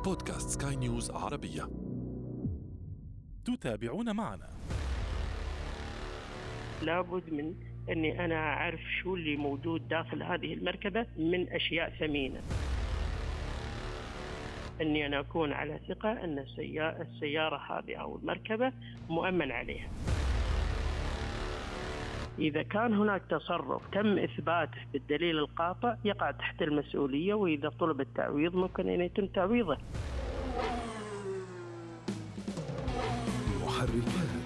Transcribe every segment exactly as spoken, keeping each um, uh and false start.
بودكاست سكاي نيوز عربية. تتابعون معنا. لابد من أني أنا أعرف شو اللي موجود داخل هذه المركبة من أشياء ثمينة، أني أنا أكون على ثقة أن السيارة هذه أو المركبة مؤمن عليها. إذا كان هناك تصرف تم إثباته بالدليل القاطع يقع تحت المسؤولية، وإذا طلب التعويض ممكن أن يتم تعويضه. محركات.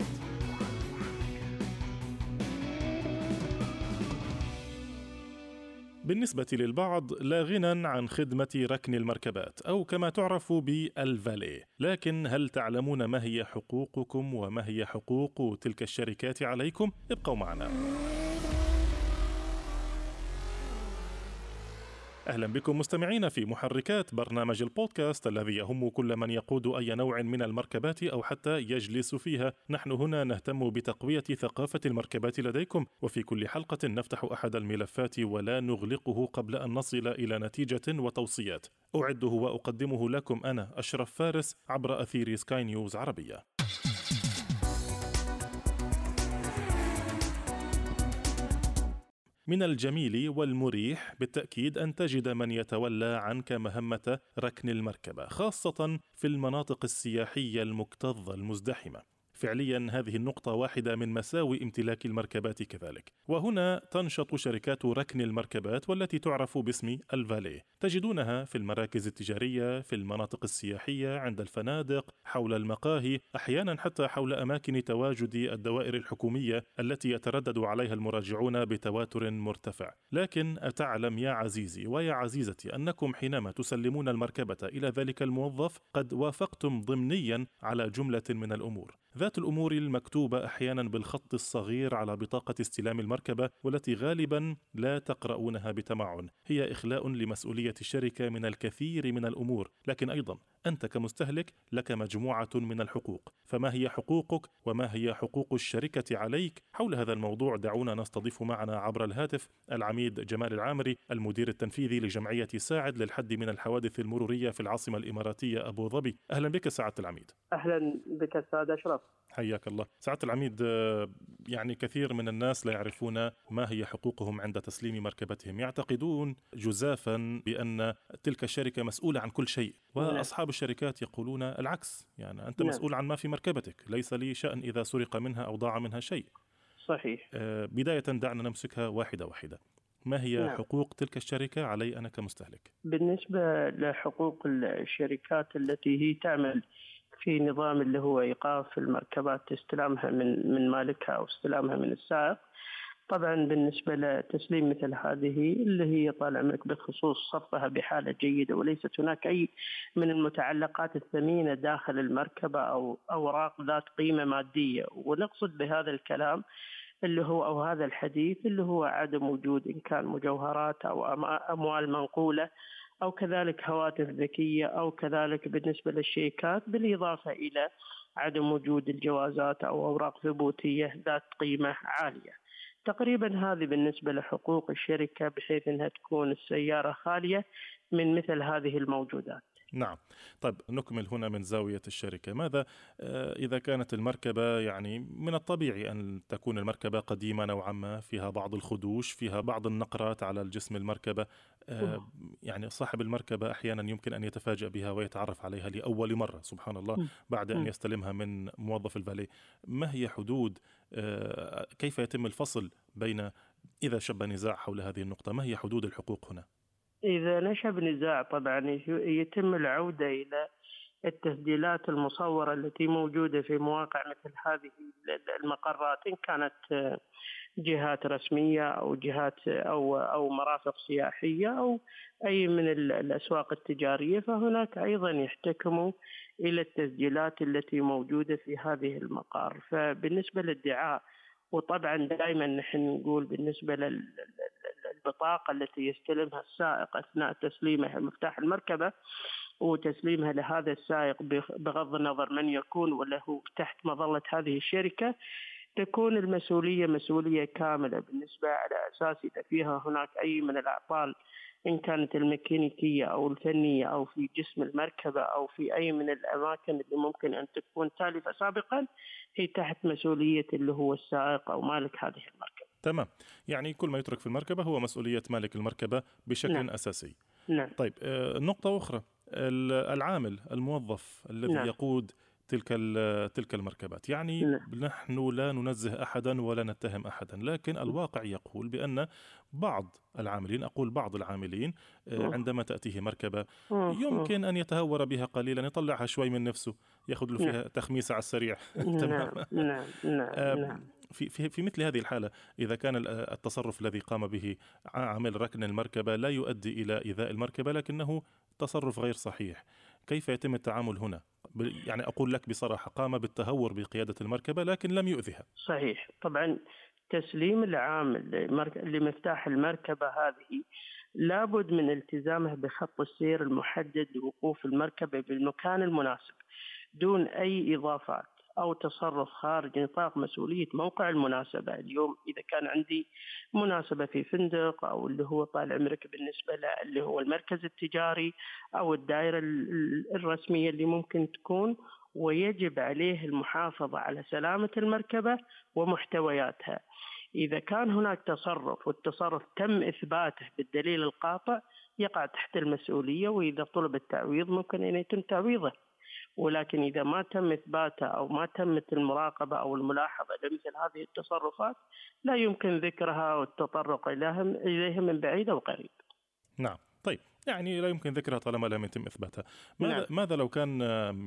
بالنسبة للبعض لا غنى عن خدمة ركن المركبات أو كما تعرف بالفاليه، لكن هل تعلمون ما هي حقوقكم وما هي حقوق تلك الشركات عليكم؟ ابقوا معنا. أهلا بكم مستمعين في محركات، برنامج البودكاست الذي يهم كل من يقود أي نوع من المركبات أو حتى يجلس فيها. نحن هنا نهتم بتقوية ثقافة المركبات لديكم، وفي كل حلقة نفتح أحد الملفات ولا نغلقه قبل أن نصل إلى نتيجة وتوصيات. أعده وأقدمه لكم أنا أشرف فارس عبر أثير سكاي نيوز عربية. من الجميل والمريح بالتأكيد أن تجد من يتولى عنك مهمة ركن المركبة، خاصة في المناطق السياحية المكتظة المزدحمة. فعليا هذه النقطة واحدة من مساوئ امتلاك المركبات كذلك. وهنا تنشط شركات ركن المركبات والتي تعرف باسم الفاليه. تجدونها في المراكز التجارية، في المناطق السياحية، عند الفنادق، حول المقاهي، أحيانا حتى حول أماكن تواجد الدوائر الحكومية التي يتردد عليها المراجعون بتواتر مرتفع. لكن أتعلم يا عزيزي ويا عزيزتي أنكم حينما تسلمون المركبة إلى ذلك الموظف قد وافقتم ضمنيا على جملة من الأمور، ذات الأمور المكتوبة أحيانا بالخط الصغير على بطاقة استلام المركبة، والتي غالبا لا تقرؤونها بتمعن. هي إخلاء لمسؤولية الشركة من الكثير من الأمور، لكن أيضا أنت كمستهلك لك مجموعة من الحقوق. فما هي حقوقك وما هي حقوق الشركة عليك؟ حول هذا الموضوع دعونا نستضيف معنا عبر الهاتف العميد جمال العامري، المدير التنفيذي لجمعية ساعد للحد من الحوادث المرورية في العاصمة الإماراتية أبو ظبي. أهلا بك سعادة العميد. أهلا بك أستاذ أشرف. حياك الله سعادة العميد. يعني كثير من الناس لا يعرفون ما هي حقوقهم عند تسليم مركبتهم، يعتقدون جزافا بأن تلك الشركة مسؤولة عن كل شيء، وأصحاب الشركات يقولون العكس، يعني أنت مسؤول عن ما في مركبتك، ليس لي شأن إذا سرق منها أو ضاع منها شيء. صحيح. بداية دعنا نمسكها واحدة واحدة. ما هي نعم. حقوق تلك الشركة علي أنا كمستهلك؟ بالنسبة لحقوق الشركات التي هي تعمل في نظام اللي هو إيقاف المركبات استلامها من من مالكها أو استلامها من السائق، طبعا بالنسبة لتسليم مثل هذه اللي هي طال عمرك بخصوص صرفها بحالة جيدة، وليست هناك أي من المتعلقات الثمينة داخل المركبة أو أوراق ذات قيمة مادية. ونقصد بهذا الكلام اللي هو أو هذا الحديث اللي هو عدم وجود إن كان مجوهرات أو أموال منقولة أو كذلك هواتف ذكية أو كذلك بالنسبة للشيكات، بالإضافة إلى عدم وجود الجوازات أو أوراق ثبوتية ذات قيمة عالية. تقريبا هذه بالنسبة لحقوق الشركة، بحيث أنها تكون السيارة خالية من مثل هذه الموجودات. نعم. طيب نكمل هنا من زاوية الشركة. ماذا إذا كانت المركبة يعني من الطبيعي أن تكون المركبة قديمة نوعا ما، فيها بعض الخدوش، فيها بعض النقرات على الجسم المركبة، يعني صاحب المركبة أحيانا يمكن أن يتفاجأ بها ويتعرف عليها لأول مرة سبحان الله بعد أن يستلمها من موظف الفاليه. ما هي حدود، كيف يتم الفصل بين إذا شب نزاع حول هذه النقطة؟ ما هي حدود الحقوق هنا؟ إذا نشب نزاع طبعا يتم العودة إلى التسجيلات المصورة التي موجودة في مواقع مثل هذه المقرات، إن كانت جهات رسمية أو جهات أو أو مرافق سياحية أو أي من الأسواق التجارية، فهناك أيضا يحتكموا إلى التسجيلات التي موجودة في هذه المقار. فبالنسبة للادعاء، وطبعا دائما نحن نقول بالنسبة للبطاقة التي يستلمها السائق أثناء تسليمها مفتاح المركبة وتسليمها لهذا السائق بغض النظر من يكون ولا هو تحت مظلة هذه الشركة، تكون المسؤولية مسؤولية كاملة بالنسبة على أساس إذا فيها هناك أي من الأعطال إن كانت الميكانيكية أو الفنية أو في جسم المركبة أو في أي من الأماكن اللي ممكن أن تكون تالفة سابقا، هي تحت مسؤولية اللي هو السائق أو مالك هذه المركبة. تمام، يعني كل ما يترك في المركبة هو مسؤولية مالك المركبة بشكل نعم. أساسي. نعم. طيب، نقطة أخرى، العامل الموظف الذي نعم. يقود تلك تلك المركبات، يعني نعم. نحن لا ننزه أحدا ولا نتهم أحدا، لكن الواقع يقول بأن بعض العاملين، أقول بعض العاملين، عندما تأتيه مركبة يمكن أن يتهور بها قليلا، يطلعها شوي من نفسه، يأخذ له فيها تخميسة على السريع. نعم. نعم. نعم. نعم. في في في مثل هذه الحالة، إذا كان التصرف الذي قام به عامل ركن المركبة لا يؤدي إلى إيذاء المركبة لكنه تصرف غير صحيح، كيف يتم التعامل هنا؟ يعني أقول لك بصراحة، قام بالتهور بقيادة المركبة لكن لم يؤذها. صحيح. طبعا تسليم العامل لمفتاح المركبة هذه لابد من التزامه بخط السير المحدد لوقوف المركبة بالمكان المناسب دون أي إضافات أو تصرف خارج نطاق مسؤولية موقع المناسبة. اليوم إذا كان عندي مناسبة في فندق أو اللي هو طال عمرك بالنسبة له اللي هو المركز التجاري أو الدائرة الرسمية اللي ممكن تكون، ويجب عليه المحافظة على سلامة المركبة ومحتوياتها. إذا كان هناك تصرف والتصرف تم إثباته بالدليل القاطع يقع تحت المسؤولية، وإذا طلب التعويض ممكن أن يتم تعويضه. ولكن إذا ما تم إثباته أو ما تمت المراقبة أو الملاحظة لمثل هذه التصرفات لا يمكن ذكرها والتطرق إليها من بعيد أو قريب. نعم. طيب، يعني لا يمكن ذكرها طالما لم يتم إثباتها. ماذا, نعم. ماذا لو كان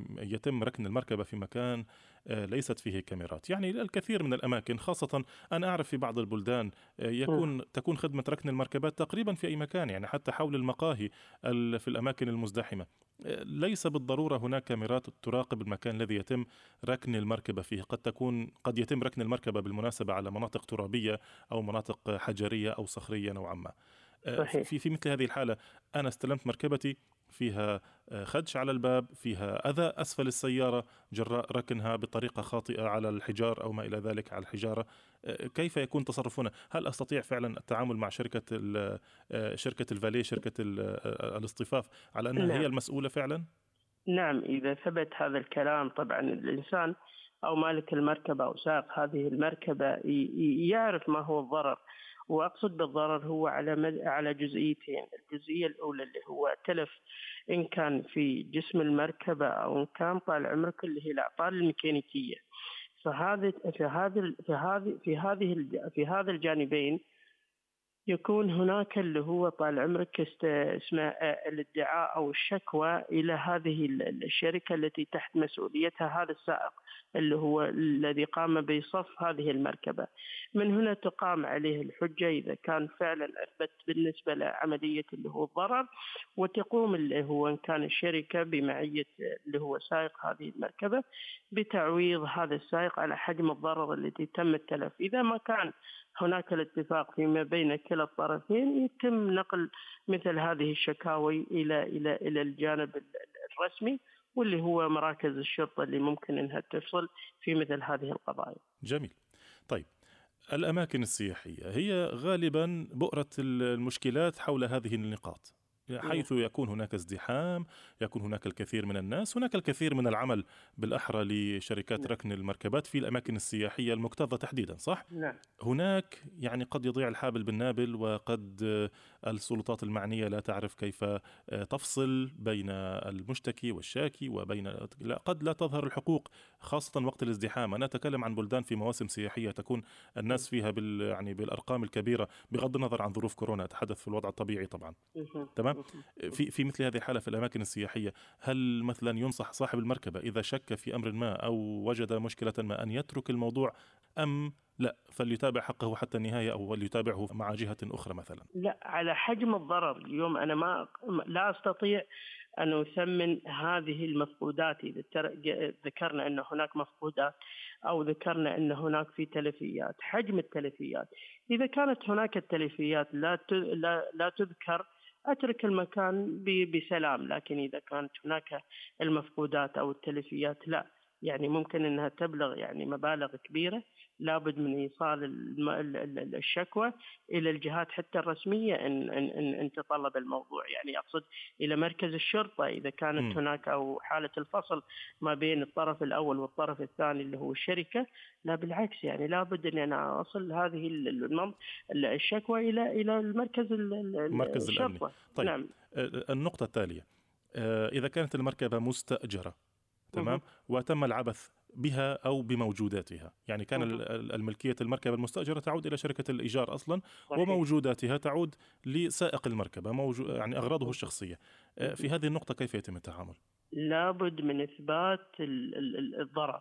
يتم ركن المركبة في مكان ليست فيه كاميرات؟ يعني الكثير من الأماكن، خاصة أنا أعرف في بعض البلدان يكون تكون خدمة ركن المركبات تقريبا في أي مكان، يعني حتى حول المقاهي في الأماكن المزدحمة ليس بالضرورة هناك كاميرات تراقب المكان الذي يتم ركن المركبة فيه. قد تكون قد يتم ركن المركبة بالمناسبة على مناطق ترابية أو مناطق حجرية أو صخرية نوعا ما. في في مثل هذه الحالة أنا استلمت مركبتي فيها خدش على الباب، فيها أذى أسفل السيارة جراء ركنها بطريقة خاطئة على الحجار أو ما إلى ذلك على الحجارة، كيف يكون تصرفنا؟ هل أستطيع فعلا التعامل مع شركة شركة الفالي، شركة الاصطفاف، على أنها نعم. هي المسؤولة فعلا؟ نعم، إذا ثبت هذا الكلام طبعا الإنسان أو مالك المركبة أو سائق هذه المركبة يعرف ما هو الضرر. وأقصد بالضرر هو على مد... على جزئيتين. الجزئية الأولى اللي هو تلف إن كان في جسم المركبة أو إن كان طال عمرك اللي هي الأعطال الميكانيكية. فهذه في هذه في هذه في هذه في هذا الجانبين يكون هناك اللي هو طال عمرك اسمه الادعاء أو الشكوى إلى هذه الشركة التي تحت مسؤوليتها هذا السائق اللي هو الذي قام بصف هذه المركبة. من هنا تقام عليه الحجة إذا كان فعلا أثبت بالنسبة لعملية اللي هو الضرر، وتقوم اللي هو إن كان الشركة بمعية اللي هو سائق هذه المركبة بتعويض هذا السائق على حجم الضرر الذي تم التلف. إذا ما كان هناك الاتفاق فيما بين كلا الطرفين يتم نقل مثل هذه الشكاوي إلى إلى إلى الجانب الرسمي واللي هو مراكز الشرطة اللي ممكن أنها تفصل في مثل هذه القضايا. جميل. طيب، الأماكن السياحية هي غالبا بؤرة المشكلات حول هذه النقاط، حيث يكون هناك ازدحام، يكون هناك الكثير من الناس، هناك الكثير من العمل بالأحرى لشركات نعم. ركن المركبات في الأماكن السياحية المكتظة تحديدا، صح؟ نعم. هناك يعني قد يضيع الحابل بالنابل، وقد السلطات المعنية لا تعرف كيف تفصل بين المشتكي والشاكي، وبين لا قد لا تظهر الحقوق خاصة وقت الازدحام. أنا أتكلم عن بلدان في مواسم سياحية تكون الناس فيها بال يعني بالأرقام الكبيرة، بغض النظر عن ظروف كورونا، أتحدث في الوضع الطبيعي طبعا. تمام. في في مثل هذه الحالة في الأماكن السياحية، هل مثلا ينصح صاحب المركبة إذا شك في أمر ما أو وجد مشكلة ما أن يترك الموضوع، أم لا فليتابع حقه حتى النهاية أو ليتابعه مع جهة أخرى مثلا؟ لا، على حجم الضرر. اليوم أنا ما لا أستطيع أن أثمن هذه المفقودات. إذا ذكرنا أن هناك مفقودات أو ذكرنا أن هناك في تلفيات، حجم التلفيات إذا كانت هناك التلفيات لا لا لا تذكر أترك المكان بسلام. لكن إذا كانت هناك المفقودات أو التلفيات لا، يعني ممكن أنها تبلغ يعني مبالغ كبيرة، لابد من إيصال الشكوى إلى الجهات حتى الرسمية إن, إن, إن, إن تطلب الموضوع، يعني أقصد إلى مركز الشرطة إذا كانت م. هناك أو حالة الفصل ما بين الطرف الأول والطرف الثاني اللي هو الشركة. لا بالعكس، يعني لابد أن أنا أصل هذه الشكوى إلى إلى المركز المركز الأمني. طيب نعم. النقطة التالية، إذا كانت المركبة مستأجرة تمام وتم العبث بها أو بموجوداتها، يعني كان الملكية المركبة المستأجرة تعود إلى شركة الإيجار أصلا، صحيح. وموجوداتها تعود لسائق المركبة موجو... يعني أغراضه الشخصية. في هذه النقطة كيف يتم التعامل؟ لابد من إثبات الضرر.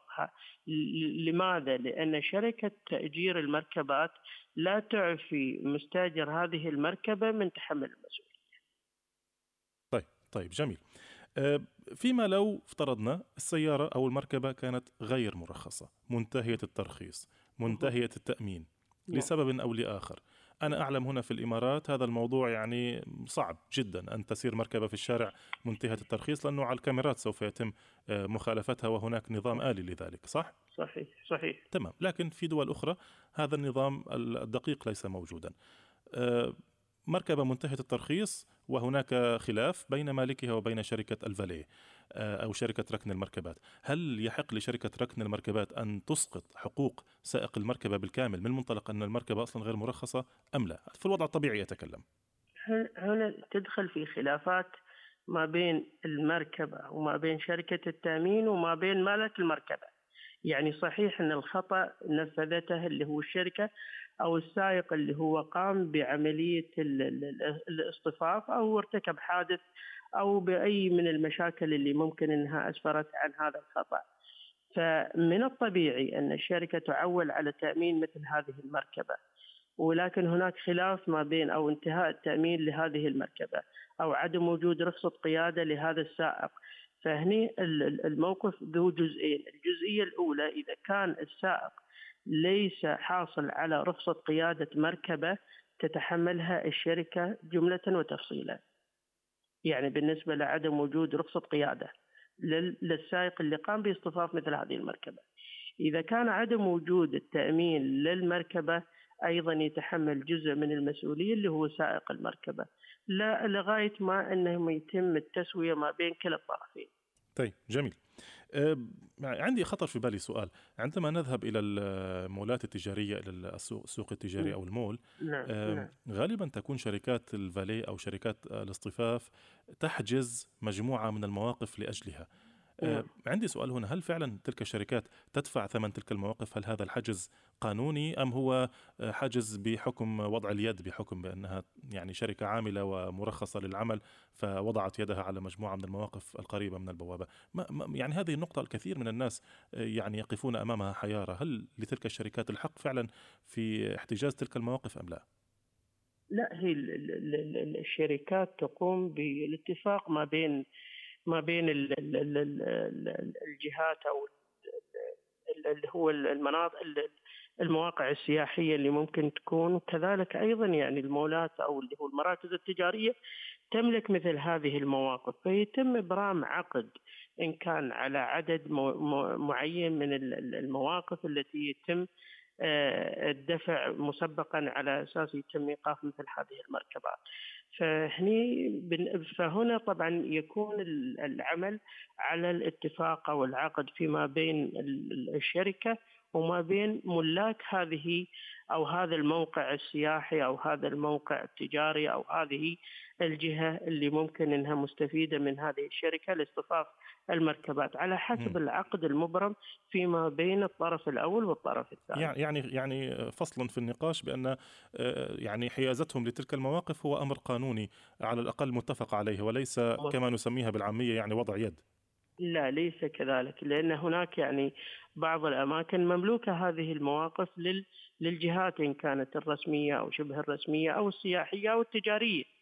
لماذا؟ لأن شركة تأجير المركبات لا تعفي مستأجر هذه المركبة من تحمل المسؤولية. طيب طيب جميل. فيما لو افترضنا السيارة أو المركبة كانت غير مرخصة، منتهية الترخيص، منتهية التأمين لسبب أو لآخر. أنا أعلم هنا في الإمارات هذا الموضوع يعني صعب جدا أن تسير مركبة في الشارع منتهية الترخيص، لأنه على الكاميرات سوف يتم مخالفتها وهناك نظام آلي لذلك، صح؟ صحيح صحيح تمام. لكن في دول أخرى هذا النظام الدقيق ليس موجودا. مركبة منتهية الترخيص وهناك خلاف بين مالكها وبين شركة الفاليه أو شركة ركن المركبات، هل يحق لشركة ركن المركبات أن تسقط حقوق سائق المركبة بالكامل من منطلق أن المركبة أصلا غير مرخصة أم لا؟ في الوضع الطبيعي يتكلم. هنا تدخل في خلافات ما بين المركبة وما بين شركة التأمين وما بين مالك المركبة. يعني صحيح أن الخطأ نفذته اللي هو الشركة أو السائق اللي هو قام بعملية الاصطفاف أو ارتكب حادث أو بأي من المشاكل اللي ممكن أنها أسفرت عن هذا الخطأ. فمن الطبيعي أن الشركة تعول على تأمين مثل هذه المركبة، ولكن هناك خلاف ما بين أو انتهاء التأمين لهذه المركبة أو عدم وجود رخصة قيادة لهذا السائق. فهني الموقف ذو جزئين. الجزئية الأولى، إذا كان السائق ليس حاصل على رخصة قيادة مركبة تتحملها الشركة جملة وتفصيلا، يعني بالنسبة لعدم وجود رخصة قيادة للسائق اللي قام باصطفاف مثل هذه المركبة. إذا كان عدم وجود التأمين للمركبة أيضا يتحمل جزء من المسؤولية اللي هو سائق المركبة، لا لغاية ما أنه يتم التسوية ما بين كلا الطرفين. طيب جميل. أه عندي خطر في بالي سؤال. عندما نذهب إلى المولات التجارية، إلى السوق التجاري أو المول، نعم. أه نعم. غالبا تكون شركات الفاليه أو شركات الاصطفاف تحجز مجموعة من المواقف لأجلها. أه عندي سؤال هنا، هل فعلا تلك الشركات تدفع ثمن تلك المواقف؟ هل هذا الحجز قانوني أم هو حجز بحكم وضع اليد، بحكم بأنها يعني شركة عاملة ومرخصة للعمل فوضعت يدها على مجموعة من المواقف القريبة من البوابة؟ ما يعني هذه النقطة الكثير من الناس يعني يقفون أمامها حيارة. هل لتلك الشركات الحق فعلا في احتجاز تلك المواقف أم لا؟ لا، هي الشركات تقوم بالاتفاق ما بين ما بين الجهات أو اللي هو المناطق المواقع السياحية اللي ممكن تكون، وكذلك أيضا يعني المولات أو اللي هو المراكز التجارية تملك مثل هذه المواقف، فيتم إبرام عقد إن كان على عدد معين من المواقف التي يتم الدفع مسبقا على أساس يتم إيقاف مثل هذه المركبات. فهني فهنا طبعا يكون العمل على الاتفاق أو العقد فيما بين الشركة وما بين ملاك هذه أو هذا الموقع السياحي أو هذا الموقع التجاري أو هذه الجهة اللي ممكن أنها مستفيدة من هذه الشركة لاصطفاف المركبات على حسب م. العقد المبرم فيما بين الطرف الأول والطرف الثاني. يعني يعني فصل في النقاش بأن يعني حيازتهم لتلك المواقف هو أمر قانوني على الأقل متفق عليه، وليس كما نسميها بالعامية يعني وضع يد. لا، ليس كذلك، لأن هناك يعني بعض الأماكن مملوكة هذه المواقف للجهات إن كانت الرسمية أو شبه الرسمية أو السياحية أو التجارية.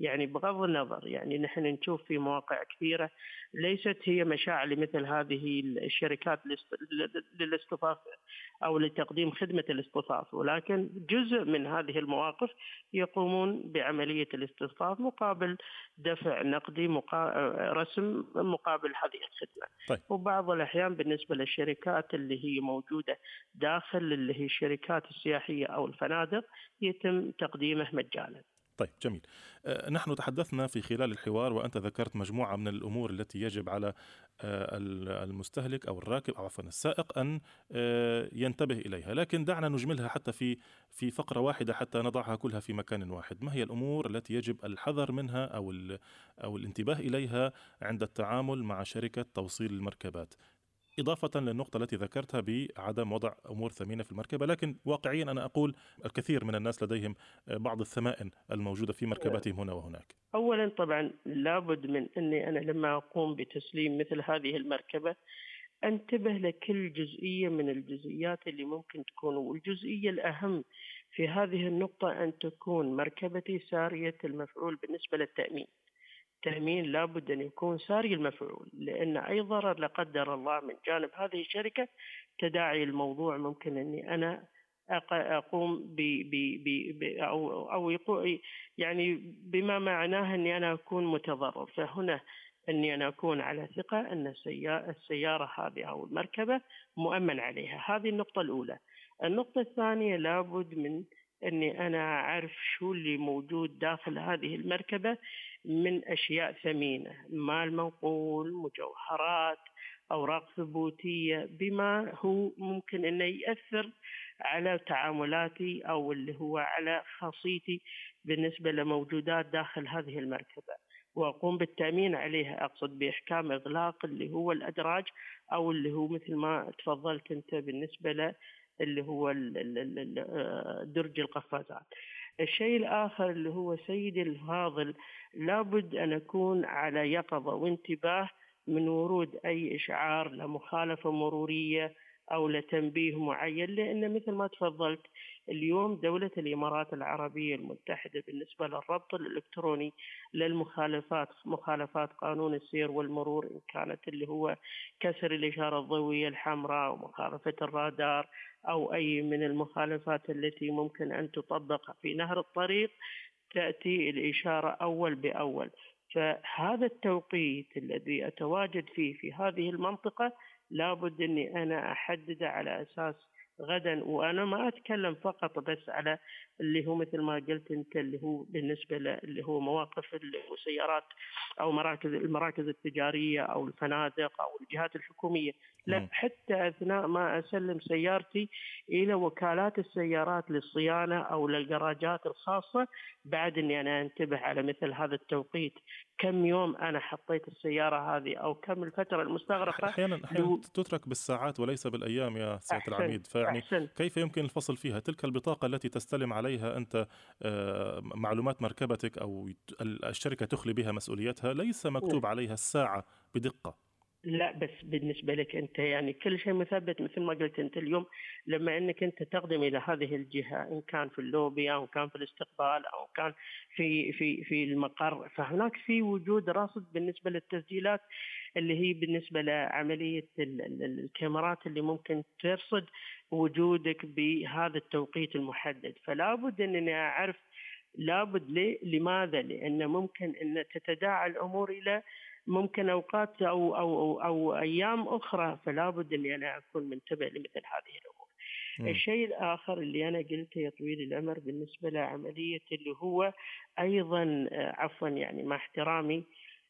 يعني بغض النظر يعني نحن نشوف في مواقع كثيرة ليست هي مشاع لمثل هذه الشركات للاصطفاف أو لتقديم خدمة الاصطفاف، ولكن جزء من هذه المواقف يقومون بعملية الاصطفاف مقابل دفع نقدي مقا... رسم مقابل هذه الخدمة. طيب. وبعض الأحيان بالنسبة للشركات اللي هي موجودة داخل اللي هي الشركات السياحية أو الفنادق يتم تقديمه مجانا. طيب جميل. أه نحن تحدثنا في خلال الحوار وأنت ذكرت مجموعة من الأمور التي يجب على أه المستهلك أو الراكب أو عفوا السائق أن أه ينتبه إليها، لكن دعنا نجملها حتى في في فقرة واحدة حتى نضعها كلها في مكان واحد. ما هي الأمور التي يجب الحذر منها أو أو الانتباه إليها عند التعامل مع شركة توصيل المركبات، إضافة للنقطة التي ذكرتها بعدم وضع أمور ثمينة في المركبة؟ لكن واقعيا أنا أقول الكثير من الناس لديهم بعض الثمائن الموجودة في مركباتهم هنا وهناك. أولا طبعا لابد من أني أنا لما أقوم بتسليم مثل هذه المركبة انتبه لكل جزئية من الجزئيات اللي ممكن تكون، والجزئية الأهم في هذه النقطة أن تكون مركبتي سارية المفعول بالنسبة للتأمين. التأمين لابد أن يكون ساري المفعول، لأن أي ضرر لا قدر الله من جانب هذه الشركة تداعي الموضوع ممكن أني أنا أقوم ب ب أو أو يعني بما معناه أني أنا أكون متضرر. فهنا أني أنا أكون على ثقة أن السيارة هذه أو المركبة مؤمن عليها. هذه النقطة الأولى. النقطة الثانية لابد من أني أنا أعرف شو اللي موجود داخل هذه المركبة من أشياء ثمينة، مال منقول، مجوهرات، أوراق ثبوتية، بما هو ممكن أنه يأثر على تعاملاتي أو اللي هو على خاصيتي بالنسبة لموجودات داخل هذه المركبة، وأقوم بالتأمين عليها. أقصد بإحكام إغلاق اللي هو الأدراج أو اللي هو مثل ما تفضلت أنت بالنسبة له اللي هو درج القفازات. الشيء الآخر اللي هو سيدي الفاضل، لابد أن أكون على يقظة وانتباه من ورود أي إشعار لمخالفة مرورية أو لتنبيه معين، لأن مثل ما تفضلت اليوم دولة الإمارات العربية المتحدة بالنسبة للربط الإلكتروني للمخالفات، مخالفات قانون السير والمرور، إن كانت اللي هو كسر الإشارة الضوئية الحمراء ومخالفة الرادار أو أي من المخالفات التي ممكن أن تطبق في نهر الطريق، تأتي الإشارة أول بأول. فهذا التوقيت الذي أتواجد فيه في هذه المنطقة لابد أني أنا أحدد على أساس غدا، وأنا ما أتكلم فقط بس على اللي هو مثل ما قلت أنت اللي هو بالنسبة اللي هو مواقف السيارات أو مراكز المراكز التجارية أو الفنادق أو الجهات الحكومية، لا، حتى أثناء ما أسلم سيارتي إلى وكالات السيارات للصيانة أو للجراجات الخاصة، بعد أني أنا أنتبه على مثل هذا التوقيت، كم يوم أنا حطيت السيارة هذه أو كم الفترة المستغرقة. أحيانا, أحيانا لو... تترك بالساعات وليس بالأيام يا سيادة العميد، فيعني أحسن. كيف يمكن الفصل فيها؟ تلك البطاقة التي تستلم عليها أنت معلومات مركبتك أو الشركة تخلي بها مسؤوليتها، ليس مكتوب عليها الساعة بدقة. لا، بس بالنسبة لك أنت يعني كل شيء مثبت مثل ما قلت أنت اليوم، لما أنك أنت تقدم إلى هذه الجهة إن كان في اللوبي أو كان في الاستقبال أو كان في في في المقر، فهناك في وجود رصد بالنسبة للتسجيلات اللي هي بالنسبة لعملية الكاميرات اللي ممكن ترصد وجودك بهذا التوقيت المحدد. فلا بد أنني أعرف لابد ليه لماذا، لأن ممكن أن تتداعى الأمور إلى ممكن أوقات أو, أو, أو, أو أيام أخرى، فلا بد أني أنا أكون منتبه لمثل هذه الأمور. م. الشيء الآخر اللي أنا قلته يا طويل العمر بالنسبة لعملية اللي هو أيضا عفوا يعني مع احترامي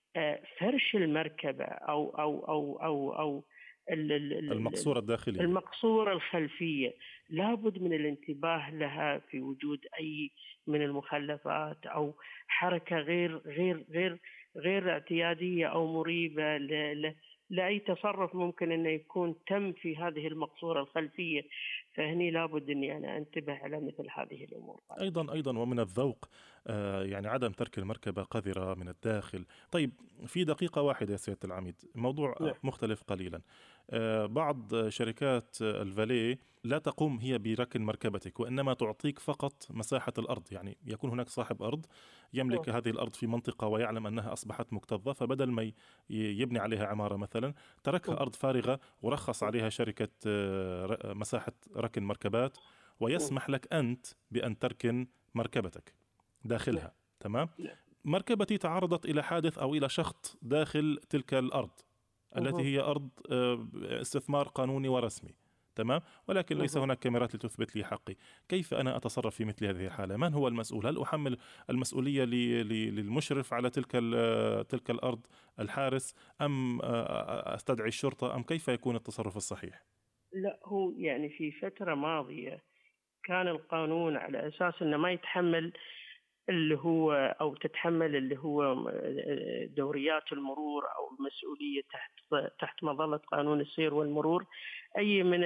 فرش المركبة أو أو أو أو, أو المقصورة الداخلية المقصورة الخلفية، لابد من الانتباه لها في وجود أي من المخلفات أو حركة غير غير غير غير اعتيادية أو مريبة ل... لأي تصرف ممكن أنه يكون تم في هذه المقصورة الخلفية. فهني لابد أني أنا أنتبه على مثل هذه الأمور. أيضا أيضا ومن الذوق آه يعني عدم ترك المركبة قذرة من الداخل. طيب في دقيقة واحدة يا سيادة العميد، موضوع لا. مختلف قليلا. بعض شركات الفالي لا تقوم هي بركن مركبتك، وإنما تعطيك فقط مساحة الأرض. يعني يكون هناك صاحب أرض يملك هذه الأرض في منطقة ويعلم أنها أصبحت مكتظة، فبدل ما يبني عليها عمارة مثلا تركها أرض فارغة ورخص عليها شركة مساحة ركن مركبات، ويسمح لك أنت بأن تركن مركبتك داخلها. تمام. مركبتي تعرضت إلى حادث أو إلى شخط داخل تلك الأرض التي هي أرض استثمار قانوني ورسمي. تمام. ولكن ليس هناك كاميرات لتثبت لي حقي. كيف أنا أتصرف في مثل هذه الحالة؟ من هو المسؤول؟ هل أحمل المسؤولية للمشرف على تلك تلك الأرض، الحارس، أم أستدعي الشرطة، أم كيف يكون التصرف الصحيح؟ لا، هو يعني في فترة ماضية كان القانون على أساس أنه ما يتحمل اللي هو أو تتحمل اللي هو دوريات المرور أو المسؤولية تحت تحت مظلة قانون السير والمرور أي من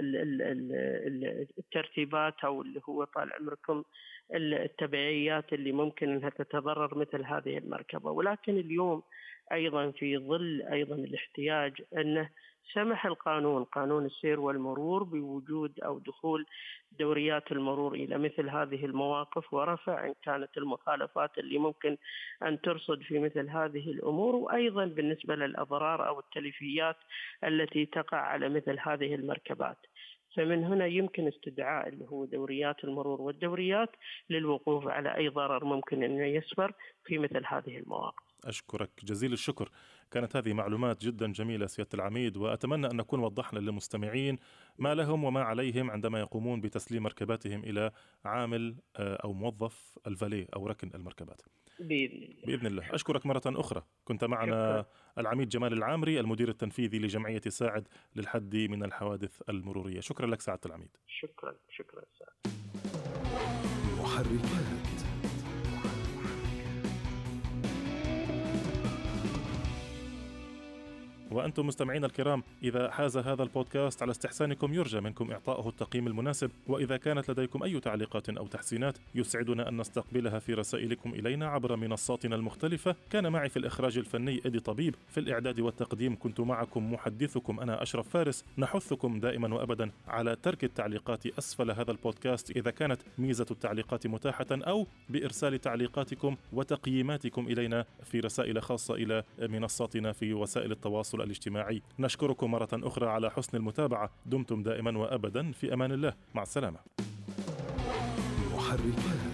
الترتيبات أو اللي هو طال عمركم التبعيات اللي ممكن أنها تتضرر مثل هذه المركبة. ولكن اليوم أيضا في ظل أيضا الاحتياج أنه سمح القانون قانون السير والمرور بوجود أو دخول دوريات المرور إلى مثل هذه المواقف، ورفع إن كانت المخالفات اللي ممكن أن ترصد في مثل هذه الأمور، وأيضا بالنسبة للأضرار أو التلفيات التي تقع على مثل هذه المركبات. فمن هنا يمكن استدعاء اللي هو دوريات المرور والدوريات للوقوف على أي ضرر ممكن أن يسبر في مثل هذه المواقف. أشكرك جزيل الشكر. كانت هذه معلومات جدا جميلة سيادة العميد، وأتمنى أن نكون وضحنا للمستمعين ما لهم وما عليهم عندما يقومون بتسليم مركباتهم إلى عامل أو موظف الفالي أو ركن المركبات. بإذن الله. بإذن الله. أشكرك مرة أخرى. كنت معنا شكرا. العميد جمال العامري، المدير التنفيذي لجمعية ساعد للحد من الحوادث المرورية. شكرا لك سعادة العميد. شكرا شكرا سعادة. محركات. وأنتم مستمعين الكرام، إذا حاز هذا البودكاست على استحسانكم يرجى منكم إعطائه التقييم المناسب، وإذا كانت لديكم أي تعليقات أو تحسينات يسعدنا أن نستقبلها في رسائلكم إلينا عبر منصاتنا المختلفة. كان معي في الإخراج الفني إدي طبيب، في الإعداد والتقديم كنت معكم محدثكم أنا أشرف فارس. نحثكم دائما وأبدا على ترك التعليقات أسفل هذا البودكاست إذا كانت ميزة التعليقات متاحة، أو بإرسال تعليقاتكم وتقييماتكم إلينا في رسائل خاصة إلى منصاتنا في وسائل التواصل الاجتماعي. نشكركم مرة أخرى على حسن المتابعة. دمتم دائما وأبدا في أمان الله. مع السلامة. محركات.